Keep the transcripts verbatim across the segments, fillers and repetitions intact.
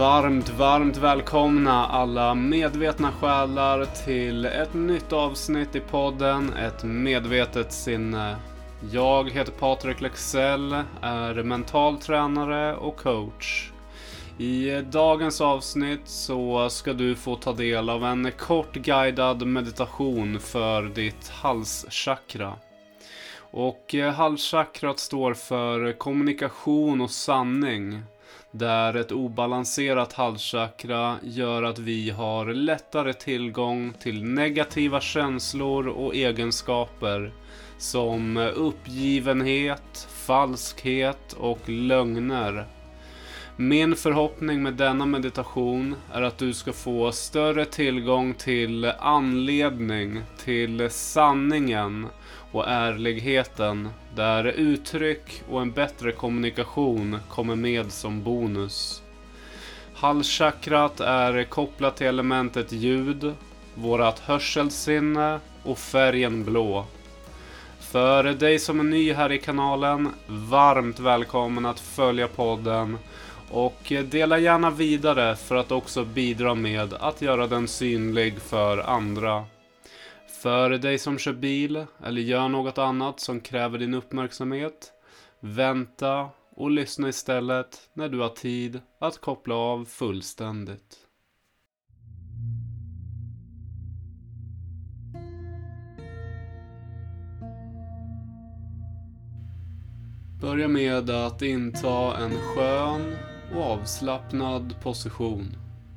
Varmt, varmt välkomna alla medvetna själar till ett nytt avsnitt i podden Ett medvetet sinne. Jag heter Patrik Lexell, är mental tränare och coach. I dagens avsnitt så ska du få ta del av en kort guidad meditation för ditt halschakra. Och halschakrat står för kommunikation och sanning. Där ett obalanserat halschakra gör att vi har lättare tillgång till negativa känslor och egenskaper som uppgivenhet, falskhet och lögner. Min förhoppning med denna meditation är att du ska få större tillgång till anledning, till sanningen och ärligheten, där uttryck och en bättre kommunikation kommer med som bonus. Halschakrat är kopplat till elementet ljud, vårat hörselsinne och färgen blå. För dig som är ny här i kanalen, varmt välkommen att följa podden och dela gärna vidare för att också bidra med att göra den synlig för andra. För dig som kör bil eller gör något annat som kräver din uppmärksamhet, vänta och lyssna istället när du har tid att koppla av fullständigt. Börja med att inta en skön och avslappnad position.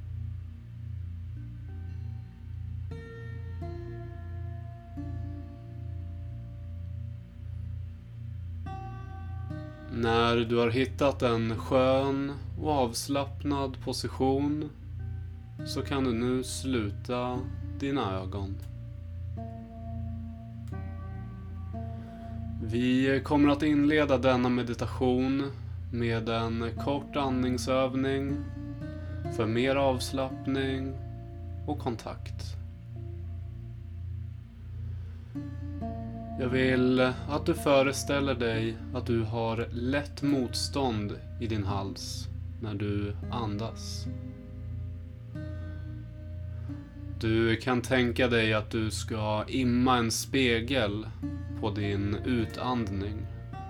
När du har hittat en skön och avslappnad position så kan du nu sluta dina ögon. Vi kommer att inleda denna meditation med en kort andningsövning för mer avslappning och kontakt. Jag vill att du föreställer dig att du har lätt motstånd i din hals när du andas. Du kan tänka dig att du ska imma en spegel på din utandning.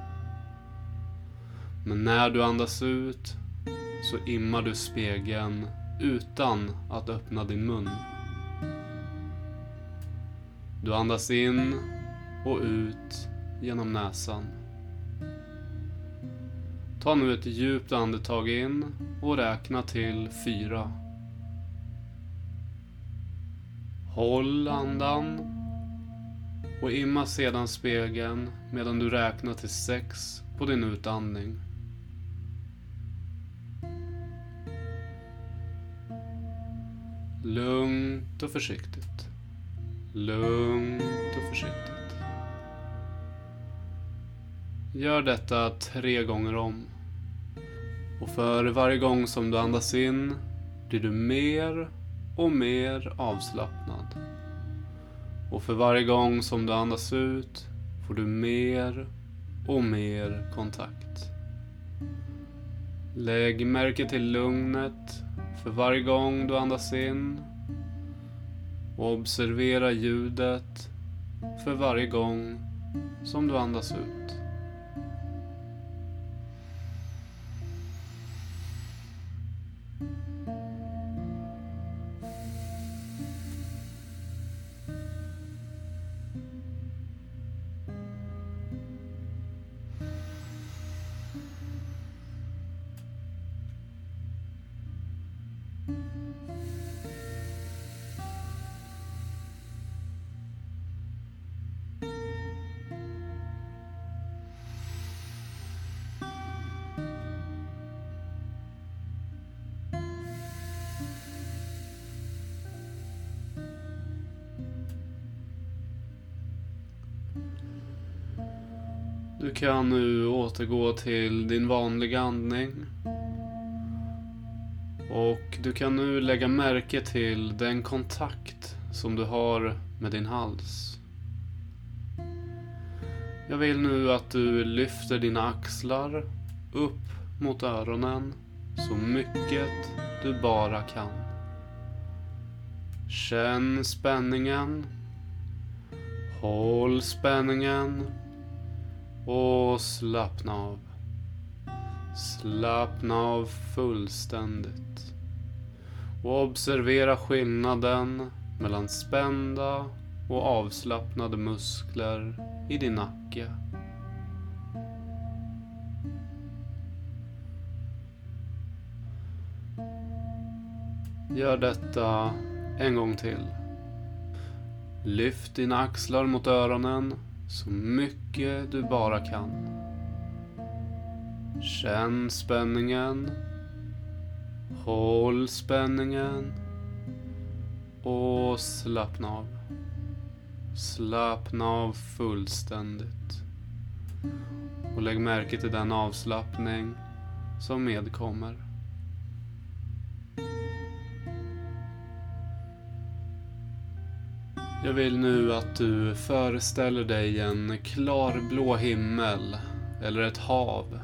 Men när du andas ut så immar du spegeln utan att öppna din mun. Du andas in och ut genom näsan. Ta nu ett djupt andetag in och räkna till fyra. Håll andan och imma sedan spegeln medan du räknar till sex på din utandning. Lugnt och försiktigt. Lugnt och försiktigt. Gör detta tre gånger om. Och för varje gång som du andas in blir du mer och mer avslappnad. Och för varje gång som du andas ut får du mer och mer kontakt. Lägg märke till lugnet för varje gång du andas in. Och observera ljudet för varje gång som du andas ut. Du kan nu återgå till din vanliga andning. Och du kan nu lägga märke till den kontakt som du har med din hals. Jag vill nu att du lyfter dina axlar upp mot öronen så mycket du bara kan. Känn spänningen. Håll spänningen. Och slappna av. Slappna av fullständigt. Och observera skillnaden mellan spända och avslappnade muskler i din nacke. Gör detta en gång till. Lyft dina axlar mot öronen så mycket du bara kan. Känn spänningen. Håll spänningen. Och slappna av. Slappna av fullständigt. Och lägg märke till den avslappning som medkommer. Jag vill nu att du föreställer dig en klarblå himmel eller ett hav.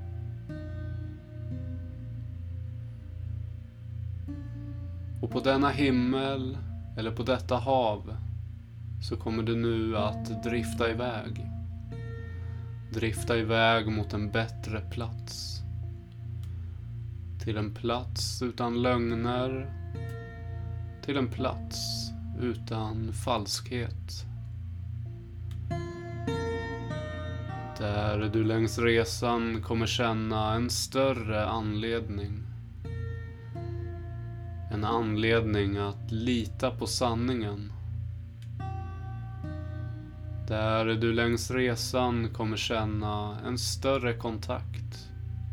Och på denna himmel eller på detta hav så kommer du nu att drifta iväg. Drifta iväg mot en bättre plats. Till en plats utan lögner. Till en plats utan falskhet. Där du längs resan kommer känna en större anledning. En anledning att lita på sanningen. Där du längs resan kommer känna en större kontakt.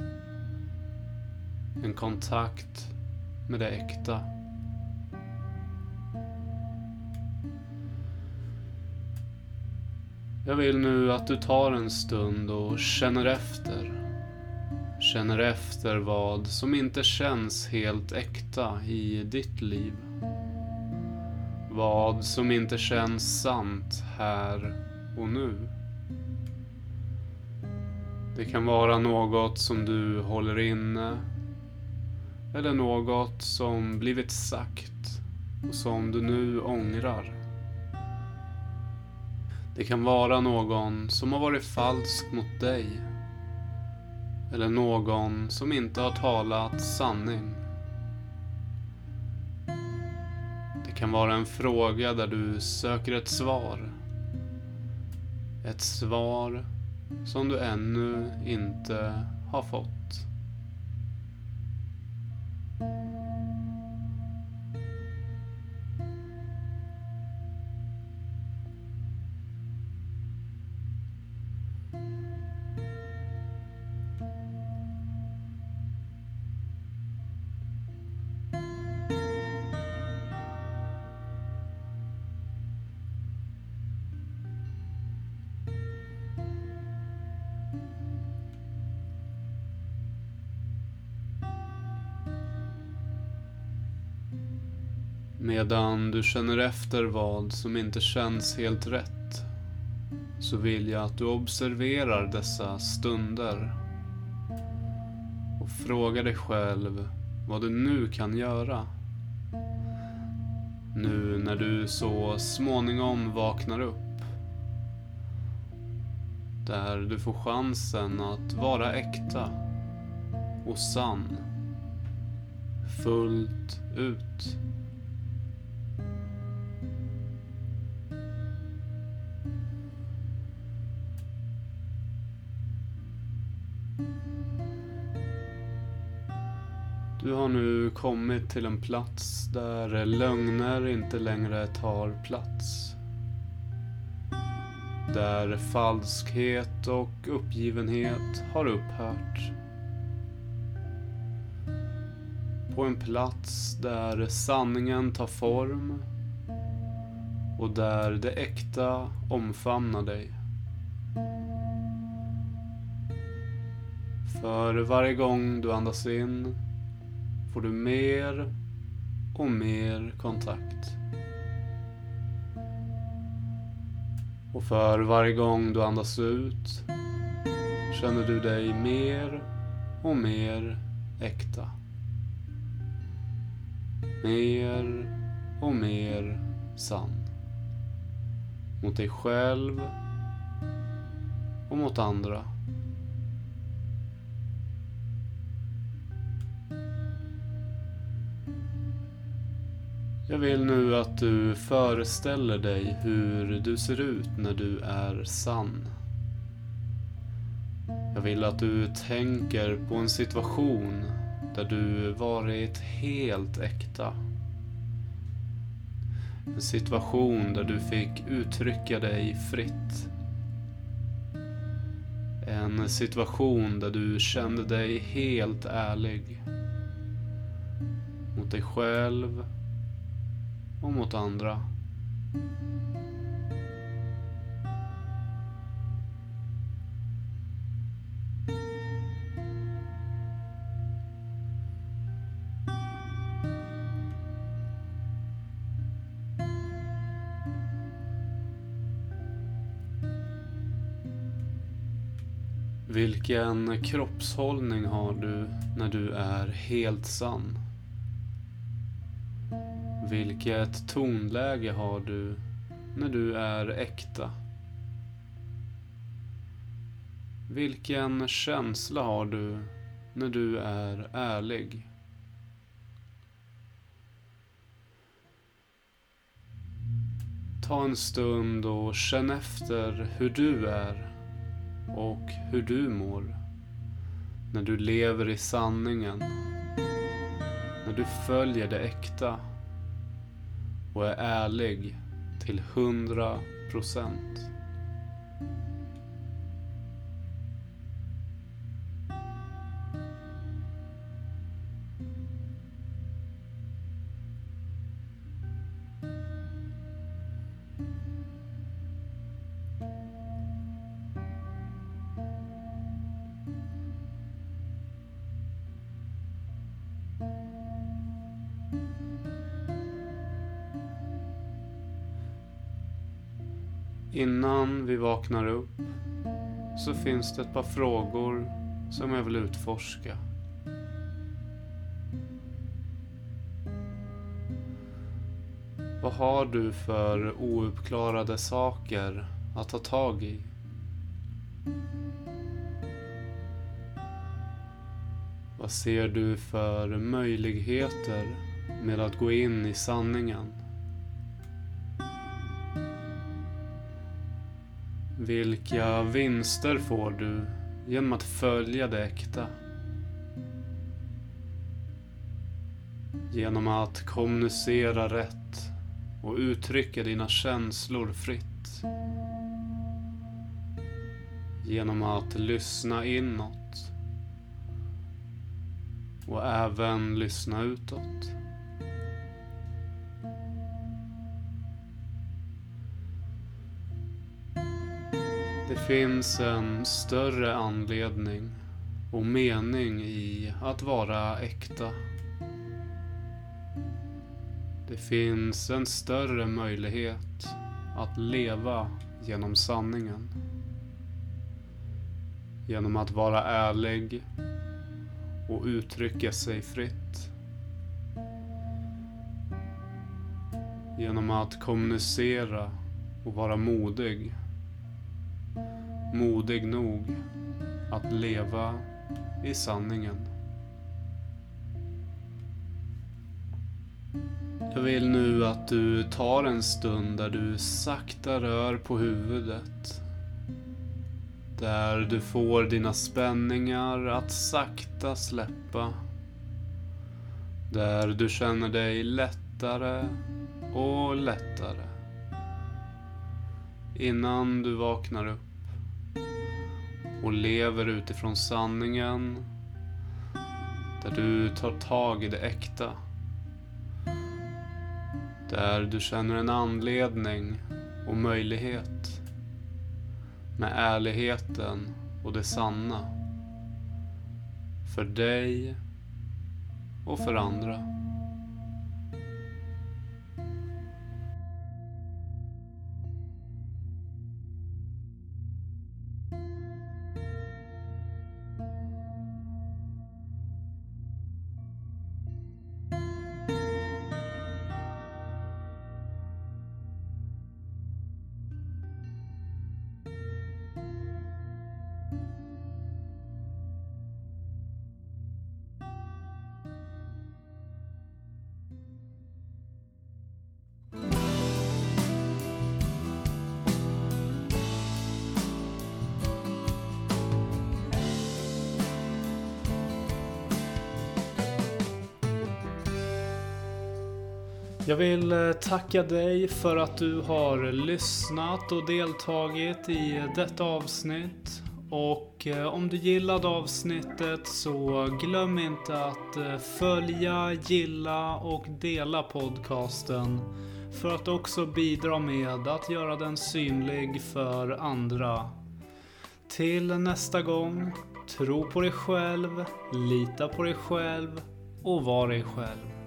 En kontakt med det äkta. Jag vill nu att du tar en stund och känner efter. Känner efter vad som inte känns helt äkta i ditt liv. Vad som inte känns sant här och nu. Det kan vara något som du håller inne. Eller något som blivit sagt och som du nu ångrar. Det kan vara någon som har varit falsk mot dig. Eller någon som inte har talat sanning. Det kan vara en fråga där du söker ett svar. Ett svar som du ännu inte har fått. Medan du känner efter vad som inte känns helt rätt, så vill jag att du observerar dessa stunder och frågar dig själv vad du nu kan göra. Nu när du så småningom vaknar upp, där du får chansen att vara äkta och sann fullt ut. Du har nu kommit till en plats där lögner inte längre tar plats. Där falskhet och uppgivenhet har upphört. På en plats där sanningen tar form och där det äkta omfamnar dig. För varje gång du andas in får du mer och mer kontakt. Och för varje gång du andas ut känner du dig mer och mer äkta. mer och mer sann. Mot dig själv och mot andra. Jag vill nu att du föreställer dig hur du ser ut när du är sann. Jag vill att du tänker på en situation där du varit helt äkta. En situation där du fick uttrycka dig fritt. En situation där du kände dig helt ärlig. Mot dig själv och mot andra. Vilken kroppshållning har du när du är helt sann? Vilket tonläge har du när du är äkta? Vilken känsla har du när du är ärlig? Ta en stund och känn efter hur du är och hur du mår när du lever i sanningen, när du följer det äkta och är ärlig till hundra procent. Innan vi vaknar upp så finns det ett par frågor som jag vill utforska. Vad har du för ouppklarade saker att ta tag i? Vad ser du för möjligheter med att gå in i sanningen? Vilka vinster får du genom att följa det äkta? Genom att kommunicera rätt och uttrycka dina känslor fritt. Genom att lyssna inåt och även lyssna utåt. Det finns en större anledning och mening i att vara äkta. Det finns en större möjlighet att leva genom sanningen. Genom att vara ärlig och uttrycka sig fritt. Genom att kommunicera och vara modig. Modig nog att leva i sanningen. Jag vill nu att du tar en stund där du sakta rör på huvudet. Där du får dina spänningar att sakta släppa. Där du känner dig lättare och lättare. Innan du vaknar upp och lever utifrån sanningen, där du tar tag i det äkta, där du känner en anledning och möjlighet med ärligheten och det sanna för dig och för andra. Jag vill tacka dig för att du har lyssnat och deltagit i detta avsnitt. Och om du gillade avsnittet så glöm inte att följa, gilla och dela podcasten för att också bidra med att göra den synlig för andra. Till nästa gång, tro på dig själv, lita på dig själv och var dig själv.